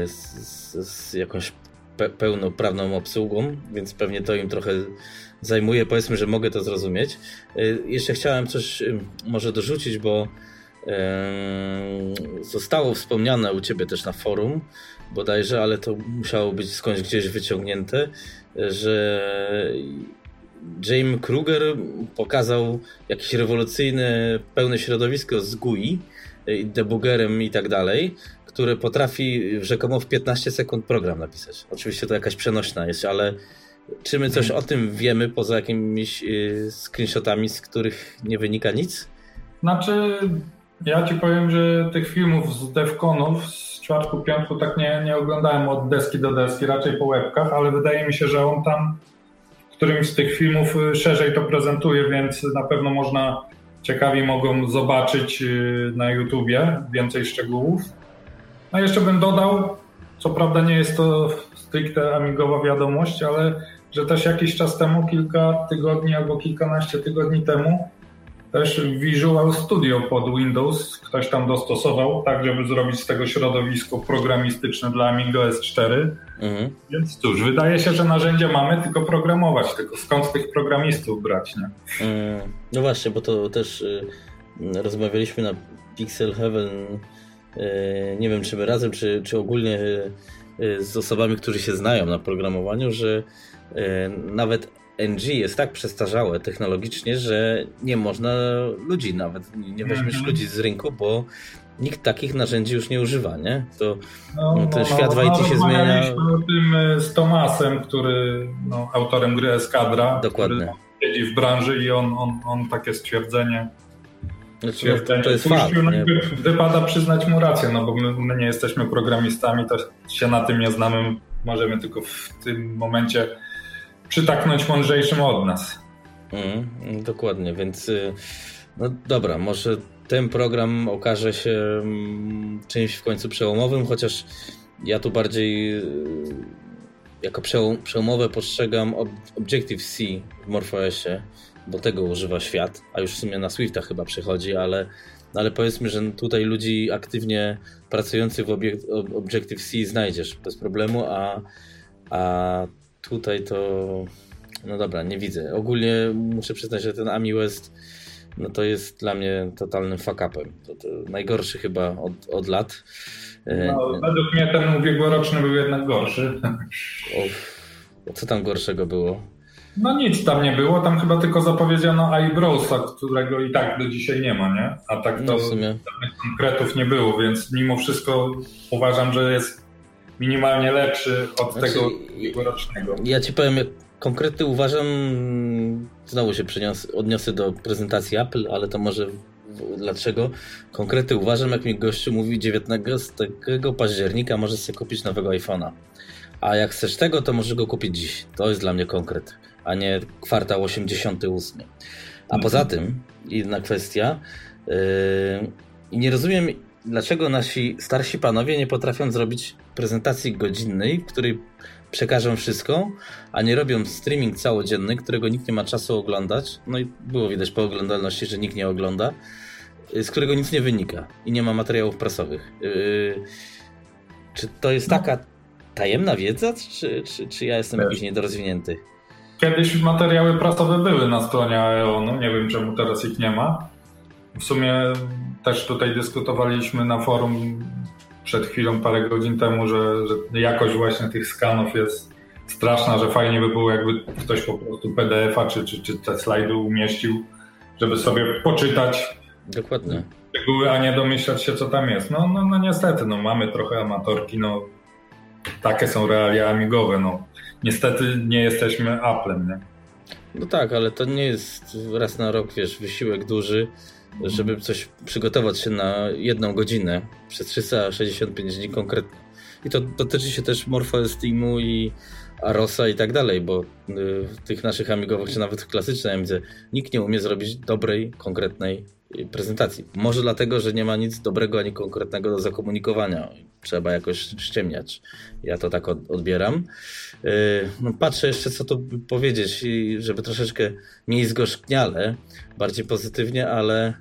z, z jakąś pe- pełnoprawną obsługą, więc pewnie to im trochę zajmuje, powiedzmy, że mogę to zrozumieć. Yy, jeszcze chciałem coś yy, może dorzucić, bo Zostało wspomniane u ciebie też na forum bodajże, ale to musiało być skądś gdzieś wyciągnięte, że James Kruger pokazał jakieś rewolucyjne, pełne środowisko z G U I, debuggerem i tak dalej, które potrafi rzekomo w piętnaście sekund program napisać. Oczywiście to jakaś przenośna jest, ale czy my coś o tym wiemy poza jakimiś screenshotami, z których nie wynika nic? Znaczy, ja ci powiem, że tych filmów z DevConów z czwartku, piątku tak nie, nie oglądałem od deski do deski, raczej po łebkach, ale wydaje mi się, że on tam w którymś z tych filmów szerzej to prezentuje, więc na pewno można, ciekawi mogą zobaczyć na YouTubie więcej szczegółów. A jeszcze bym dodał, co prawda nie jest to stricte amigowa wiadomość, ale że też jakiś czas temu, kilka tygodni albo kilkanaście tygodni temu, też Visual Studio pod Windows ktoś tam dostosował, tak żeby zrobić z tego środowisko programistyczne dla Amiga S cztery. Mhm. Więc cóż, wydaje się, że narzędzia mamy, tylko programować, tylko skąd tych programistów brać, nie? Mhm. No właśnie, bo to też y, rozmawialiśmy na Pixel Heaven, y, nie wiem czy my razem, czy, czy ogólnie y, z osobami, którzy się znają na programowaniu, że y, nawet N G jest tak przestarzałe technologicznie, że nie można ludzi nawet, nie weźmiesz mm-hmm. ludzi z rynku, bo nikt takich narzędzi już nie używa, nie? To no, ten no, świat no, w I T no, się zmienia. O tym z Tomasem, który no, autorem gry Eskadra, dokładnie, który siedzi w branży i on, on, on takie stwierdzenie Znaczy, to, to jest fakt. No, wypada przyznać mu rację, no bo my, my nie jesteśmy programistami, to się na tym nie znamy, możemy tylko w tym momencie przytaknąć mądrzejszym od nas. Mm, dokładnie, więc no dobra, może ten program okaże się czymś w końcu przełomowym, chociaż ja tu bardziej jako przełomowe postrzegam Objective-C w MorphOSie, bo tego używa świat, a już w sumie na Swifta chyba przychodzi, ale, ale powiedzmy, że tutaj ludzi aktywnie pracujących w Objective-C znajdziesz bez problemu, a, a tutaj to, no dobra, nie widzę. Ogólnie muszę przyznać, że ten Ami West, no to jest dla mnie totalnym fuck-upem. To, to najgorszy chyba od, od lat. No, według mnie ten ubiegłoroczny był jednak gorszy. O, co tam gorszego było? No nic tam nie było, tam chyba tylko zapowiedziano Eyebrowsa, którego i tak do dzisiaj nie ma, nie? A tak to no w sumie konkretów nie było, więc mimo wszystko uważam, że jest minimalnie lepszy od znaczy, tego ubiegłorocznego. Ja ci powiem, jak konkrety uważam, znowu się przeniosę, odniosę do prezentacji Apple, ale to może dlaczego. Konkrety uważam, jak mi gościu mówi dziewiętnastego października możesz sobie kupić nowego iPhone'a. A jak chcesz tego, to możesz go kupić dziś. To jest dla mnie konkret, a nie kwartał osiemdziesiąty ósmy. A mhm. poza tym, inna kwestia, yy, nie rozumiem, dlaczego nasi starsi panowie nie potrafią zrobić prezentacji godzinnej, w której przekażą wszystko, a nie robią streaming całodzienny, którego nikt nie ma czasu oglądać. No i było widać po oglądalności, że nikt nie ogląda, z którego nic nie wynika i nie ma materiałów prasowych. Yy, czy to jest taka tajemna wiedza, czy, czy, czy ja jestem jakiś niedorozwinięty? Kiedyś materiały prasowe były na stronie A E O N-u, nie wiem czemu teraz ich nie ma. W sumie też tutaj dyskutowaliśmy na forum przed chwilą, parę godzin temu, że, że jakość właśnie tych skanów jest straszna, że fajnie by było, jakby ktoś po prostu P D F-a czy, czy, czy te slajdy umieścił, żeby sobie poczytać. Dokładnie. Szczegóły, a nie domyślać się, co tam jest. No, no, no niestety, no mamy trochę amatorki, no takie są realia amigowe, no. Niestety nie jesteśmy Applem, nie? No tak, ale to nie jest raz na rok, wiesz, wysiłek duży, żeby coś przygotować się na jedną godzinę przez trzysta sześćdziesiąt pięć dni konkretnie. I to dotyczy się też MorphOS Teamu i Arosa i tak dalej, bo w tych naszych amigowych, czy nawet w klasycznej Amidze nikt nie umie zrobić dobrej, konkretnej prezentacji. Może dlatego, że nie ma nic dobrego ani konkretnego do zakomunikowania. Trzeba jakoś ściemniać. Ja to tak odbieram. No, patrzę jeszcze, co tu powiedzieć, żeby troszeczkę mniej zgorzkniale, bardziej pozytywnie, ale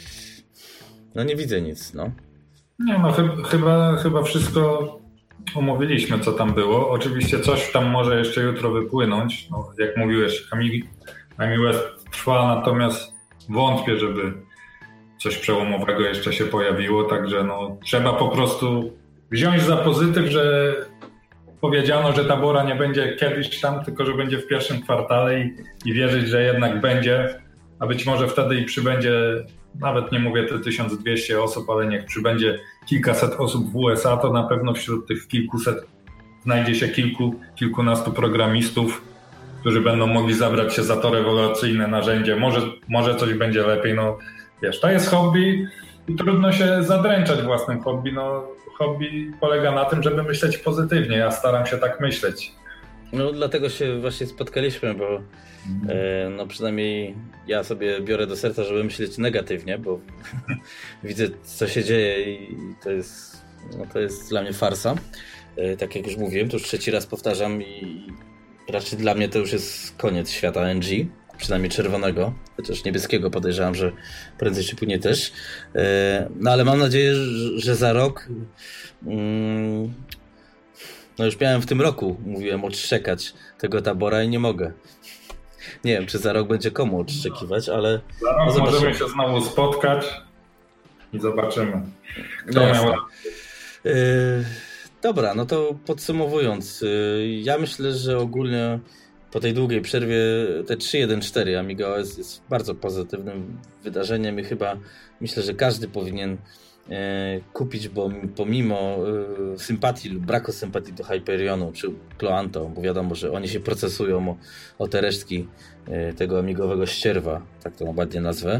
no nie widzę nic. No. Nie no, chyba, chyba wszystko omówiliśmy, co tam było. Oczywiście coś tam może jeszcze jutro wypłynąć. No, jak mówiłeś, Ami West trwa, natomiast wątpię, żeby coś przełomowego jeszcze się pojawiło, także no, trzeba po prostu wziąć za pozytyw, że powiedziano, że Tabora nie będzie kiedyś tam, tylko że będzie w pierwszym kwartale i, i wierzyć, że jednak będzie, a być może wtedy i przybędzie, nawet nie mówię te tysiąc dwieście osób, ale niech przybędzie kilkaset osób w U S A, to na pewno wśród tych kilkuset znajdzie się kilku, kilkunastu programistów, którzy będą mogli zabrać się za to rewolucyjne narzędzie. Może, może coś będzie lepiej, no wiesz, to jest hobby i trudno się zadręczać własnym hobby, no hobby polega na tym, żeby myśleć pozytywnie, ja staram się tak myśleć. No dlatego się właśnie spotkaliśmy, bo mm. e, no przynajmniej ja sobie biorę do serca, żeby myśleć negatywnie, bo widzę co się dzieje i to jest, no, to jest dla mnie farsa. E, tak jak już mówiłem, to już trzeci raz powtarzam i raczej dla mnie to już jest koniec świata N G, przynajmniej czerwonego, chociaż niebieskiego podejrzewam, że prędzej czy później też. E, no ale mam nadzieję, że, że za rok mm, no już miałem w tym roku, mówiłem, odszczekać tego Tabora i nie mogę. Nie wiem, czy za rok będzie komu odszczekiwać, ale... Za rok no możemy się znowu spotkać i zobaczymy, kto no miał... Yy, dobra, no to podsumowując, yy, ja myślę, że ogólnie po tej długiej przerwie te trzy jeden cztery Amiga O S jest bardzo pozytywnym wydarzeniem i chyba myślę, że każdy powinien kupić, bo pomimo sympatii lub braku sympatii do Hyperionu czy Cloanto, bo wiadomo, że oni się procesują o, o te resztki tego amigowego ścierwa, tak to ładnie nazwę,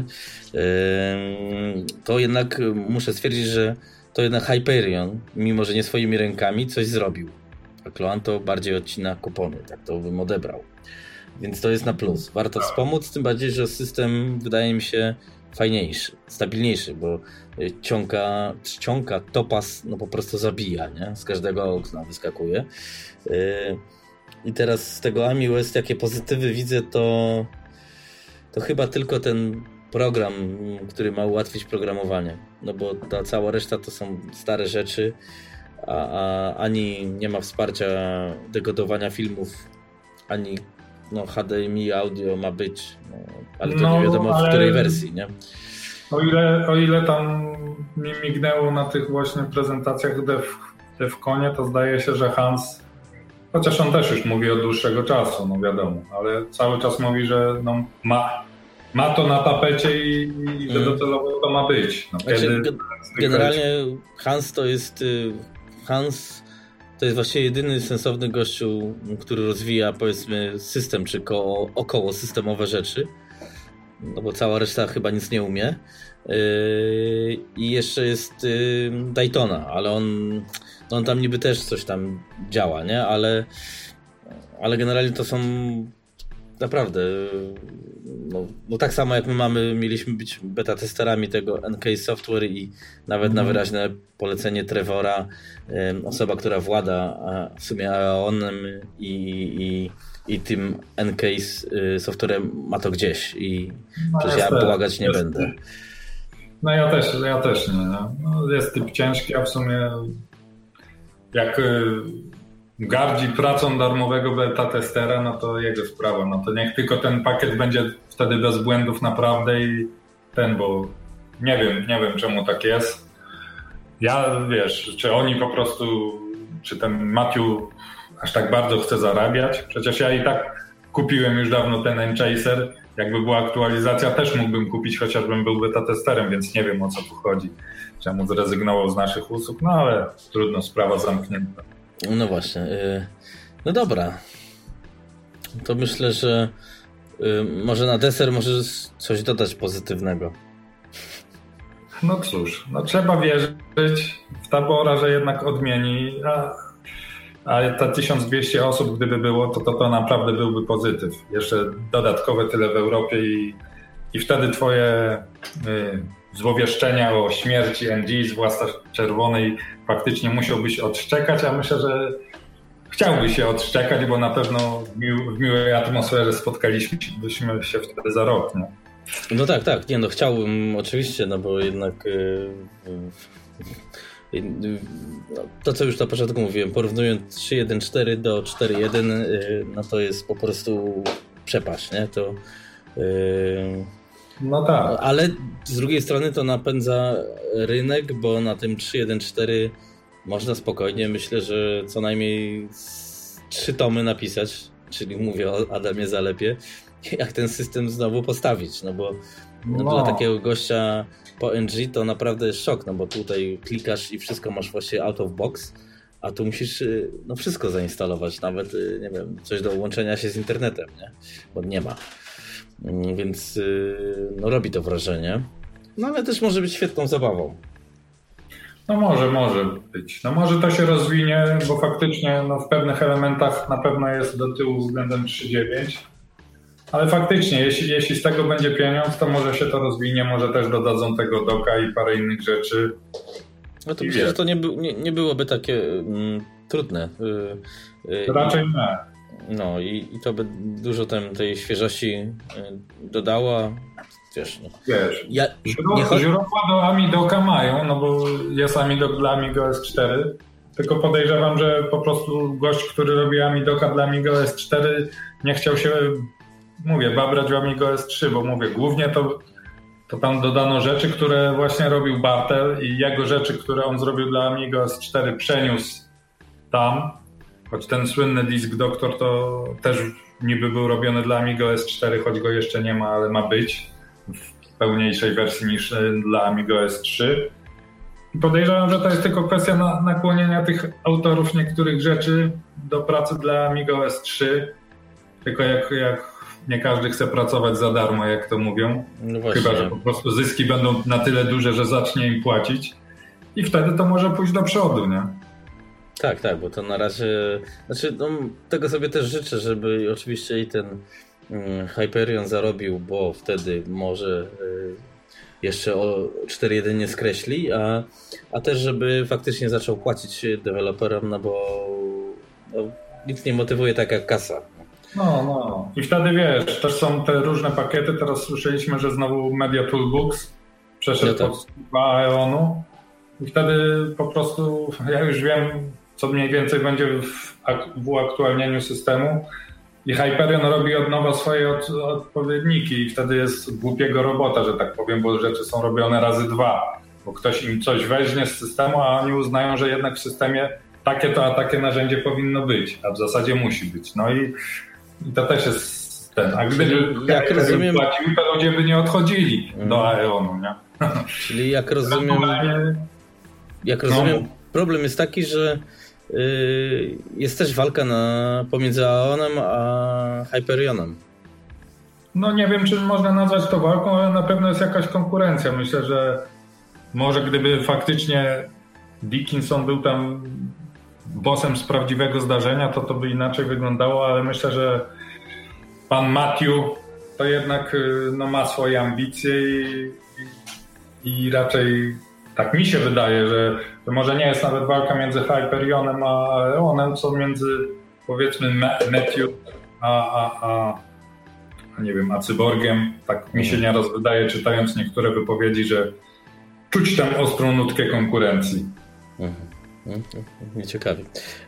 to jednak muszę stwierdzić, że to jednak Hyperion, mimo że nie swoimi rękami, coś zrobił. A Cloanto bardziej odcina kupony, tak to bym odebrał. Więc to jest na plus. Warto wspomóc, tym bardziej, że system wydaje mi się fajniejszy, stabilniejszy, bo ciąka, ciąka Topaz no po prostu zabija, nie? Z każdego okna wyskakuje. Yy, I teraz z tego A M I U S jakie pozytywy widzę, to, to chyba tylko ten program, który ma ułatwić programowanie. No bo ta cała reszta to są stare rzeczy, a, a ani nie ma wsparcia dekodowania filmów, ani no, H D M I audio ma być, no, ale to no, nie wiadomo ale... w której wersji, nie? O ile, o ile tam mi mignęło na tych właśnie prezentacjach Dev, DevConie, to zdaje się, że Hans, chociaż on też już mówi od dłuższego czasu, no wiadomo, ale cały czas mówi, że no ma, ma to na tapecie i, i że docelowo to ma być. No, znaczy, kiedy, generalnie Hans to jest Hans to jest właściwie jedyny sensowny gościu, który rozwija powiedzmy system czy koło, około systemowe rzeczy. No bo cała reszta chyba nic nie umie. Yy, I jeszcze jest yy, Daytona, ale on, no on tam niby też coś tam działa, nie? Ale, ale generalnie to są naprawdę no, no tak samo jak my mamy, mieliśmy być beta testerami tego N K Software i nawet mm. na wyraźne polecenie Trevora, yy, osoba, która włada w sumie Aeonem i, i i tym N K Softwarem ma to gdzieś i no przecież ja pomagać nie będę. No ja też, ja też nie. No, jest typ ciężki, a w sumie jak gardzi pracą darmowego beta testera, no to jego sprawa. No to niech tylko ten pakiet będzie wtedy bez błędów naprawdę i ten, bo nie wiem, nie wiem czemu tak jest. Ja wiesz, czy oni po prostu, czy ten Matthew aż tak bardzo chce zarabiać. Przecież ja i tak kupiłem już dawno ten Enchaser. Jakby była aktualizacja, też mógłbym kupić, chociażbym był beta testerem, więc nie wiem o co tu chodzi. Czemu zrezygnował z naszych usług, no ale trudno, sprawa zamknięta. No właśnie. No dobra. To myślę, że może na deser możesz coś dodać pozytywnego. No cóż, no trzeba wierzyć w Tabora, że jednak odmieni, a A te tysiąc dwieście osób, gdyby było, to, to to naprawdę byłby pozytyw. Jeszcze dodatkowe tyle w Europie i, i wtedy twoje y, złowieszczenia o śmierci N G, zwłaszcza czerwonej, faktycznie musiałbyś odszczekać, a myślę, że chciałbyś się odszczekać, bo na pewno w, mił, w miłej atmosferze spotkaliśmy się wtedy za rok, nie? No tak, tak. Nie no, chciałbym oczywiście, no bo jednak... Yy, yy. To, co już na początku mówiłem, porównując trzy jeden cztery do cztery jeden, no to jest po prostu przepaść, nie? To, yy, No tak. Ale z drugiej strony to napędza rynek, bo na tym trzy jeden cztery można spokojnie, myślę, że co najmniej trzy tomy napisać, czyli mówię o Adamie Zalepie, jak ten system znowu postawić, no bo no. dla takiego gościa po N G to naprawdę jest szok, no bo tutaj klikasz i wszystko masz właśnie out of box, a tu musisz no wszystko zainstalować, nawet nie wiem, coś do łączenia się z internetem, nie? Bo nie ma. Więc no robi to wrażenie. No ale też może być świetną zabawą. No może, może być. No może to się rozwinie, bo faktycznie no w pewnych elementach na pewno jest do tyłu względem trzy dziewięć. Ale faktycznie, jeśli, jeśli z tego będzie pieniądz, to może się to rozwinie, może też dodadzą tego doka i parę innych rzeczy. No to I myślę, wie. że to nie, by, nie, nie byłoby takie mm, trudne. Yy, Raczej yy, nie. No i, i to by dużo tem, tej świeżości yy, dodało. Wiesz, no. Wiesz ja, źródła, chodzi... źródła do Amidoka mają, no bo jest Amidok dla Amiga S cztery, tylko podejrzewam, że po prostu gość, który robi Amidoka dla Amiga S cztery nie chciał się, mówię, babrać w Amiga S trzy, bo mówię, głównie to, to tam dodano rzeczy, które właśnie robił Bartel i jego rzeczy, które on zrobił dla Amiga S cztery przeniósł tam, choć ten słynny Disk Doctor to też niby był robiony dla Amiga S cztery, choć go jeszcze nie ma, ale ma być w pełniejszej wersji niż dla Amiga S trzy. I podejrzewam, że to jest tylko kwestia na, nakłonienia tych autorów niektórych rzeczy do pracy dla Amiga S trzy. Tylko jak, jak nie każdy chce pracować za darmo, jak to mówią. No chyba że po prostu zyski będą na tyle duże, że zacznie im płacić. I wtedy to może pójść do przodu, nie? Tak, tak, bo to na razie... Znaczy, no, tego sobie też życzę, żeby oczywiście i ten Hyperion zarobił, bo wtedy może jeszcze o cztery jeden nie skreśli, a, a też żeby faktycznie zaczął płacić deweloperom, no bo no, nic nie motywuje tak jak kasa. No, no. I wtedy wiesz, też są te różne pakiety, teraz słyszeliśmy, że znowu Media Toolbox przeszedł no tak. pod Aeonu i wtedy po prostu ja już wiem, co mniej więcej będzie w, w uaktualnieniu systemu. I Hyperion robi od nowa swoje od, odpowiedniki i wtedy jest głupiego robota, że tak powiem, bo rzeczy są robione razy dwa. Bo ktoś im coś weźmie z systemu, a oni uznają, że jednak w systemie takie to, a takie narzędzie powinno być, a w zasadzie musi być. No i, i to też jest ten. A gdyby jak rozumiem, płacił, to ludzie by nie odchodzili hmm. do Aeonu, nie? Czyli jak rozumiem, jak rozumiem, no. problem jest taki, że jest też walka na, pomiędzy Aeonem a Hyperionem. No nie wiem, czy można nazwać to walką, ale na pewno jest jakaś konkurencja. Myślę, że może gdyby faktycznie Dickinson był tam bossem z prawdziwego zdarzenia, to to by inaczej wyglądało, ale myślę, że pan Matthew to jednak no, ma swoje ambicje i, i, i raczej tak mi się wydaje, że to może nie jest nawet walka między Hyperionem a Aeonem, co między powiedzmy Matthew a, a, a, a nie wiem, a Cyborgiem. Tak mi się nieraz wydaje, czytając niektóre wypowiedzi, że czuć tam ostrą nutkę konkurencji. Mhm. Nieciekawie.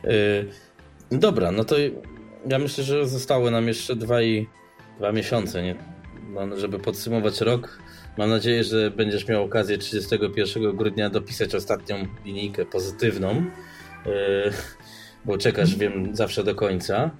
Yy, dobra, no to ja myślę, że zostały nam jeszcze dwa i dwa miesiące, nie? No, żeby podsumować rok. Mam nadzieję, że będziesz miał okazję trzydziestego pierwszego grudnia dopisać ostatnią linijkę pozytywną, yy, bo czekasz, wiem, zawsze do końca.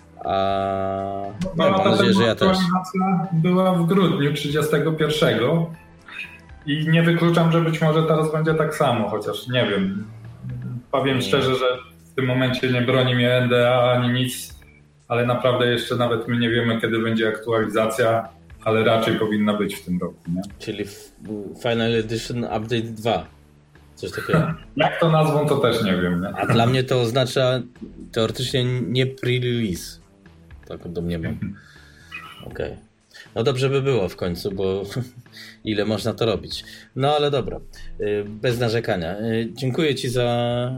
A no, no, mam nadzieję, że ja też. Była w grudniu trzydziestego pierwszego i nie wykluczam, że być może teraz będzie tak samo, chociaż nie wiem. Powiem szczerze, że w tym momencie nie broni mnie N D A ani nic, ale naprawdę jeszcze nawet my nie wiemy, kiedy będzie aktualizacja. Ale raczej powinna być w tym roku, nie? Czyli Final Edition Update dwa. Coś takiego. Jak to nazwą, to też nie wiem, nie? A dla mnie to oznacza teoretycznie nie pre-release. Tak domniemam. Okej. Okay. No dobrze by było w końcu, bo ile można to robić. No ale dobra. Bez narzekania. Dziękuję Ci za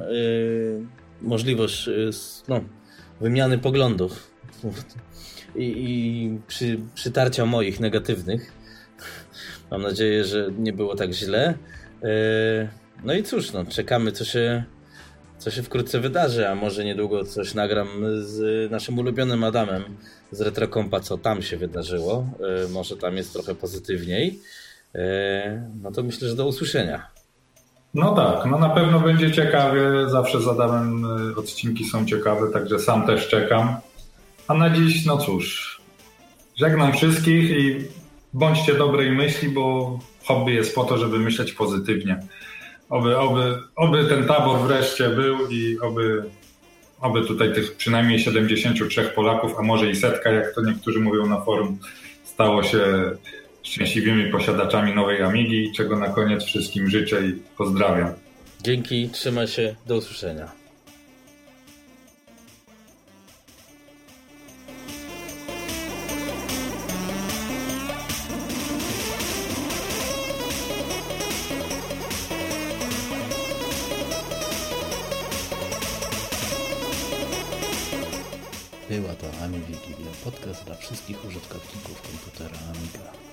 możliwość no, wymiany poglądów. I, i przy, przytarcia moich negatywnych. Mam nadzieję, że nie było tak źle. No i cóż, no, czekamy, co się co się wkrótce wydarzy, a może niedługo coś nagram z naszym ulubionym Adamem z Retrokompa, co tam się wydarzyło. Może tam jest trochę pozytywniej. No to myślę, że do usłyszenia. No tak, no na pewno będzie ciekawie. Zawsze z Adamem odcinki są ciekawe, także sam też czekam. A na dziś, no cóż, żegnam wszystkich i bądźcie dobrej myśli, bo hobby jest po to, żeby myśleć pozytywnie. Oby, oby, oby ten tabor wreszcie był i oby, oby tutaj tych przynajmniej siedemdziesięciu trzech Polaków, a może i setka, jak to niektórzy mówią na forum, stało się szczęśliwymi posiadaczami nowej Amigi, czego na koniec wszystkim życzę i pozdrawiam. Dzięki, trzymaj się, do usłyszenia. Była to AmiWigilia, podcast dla wszystkich użytkowników komputera Amiga.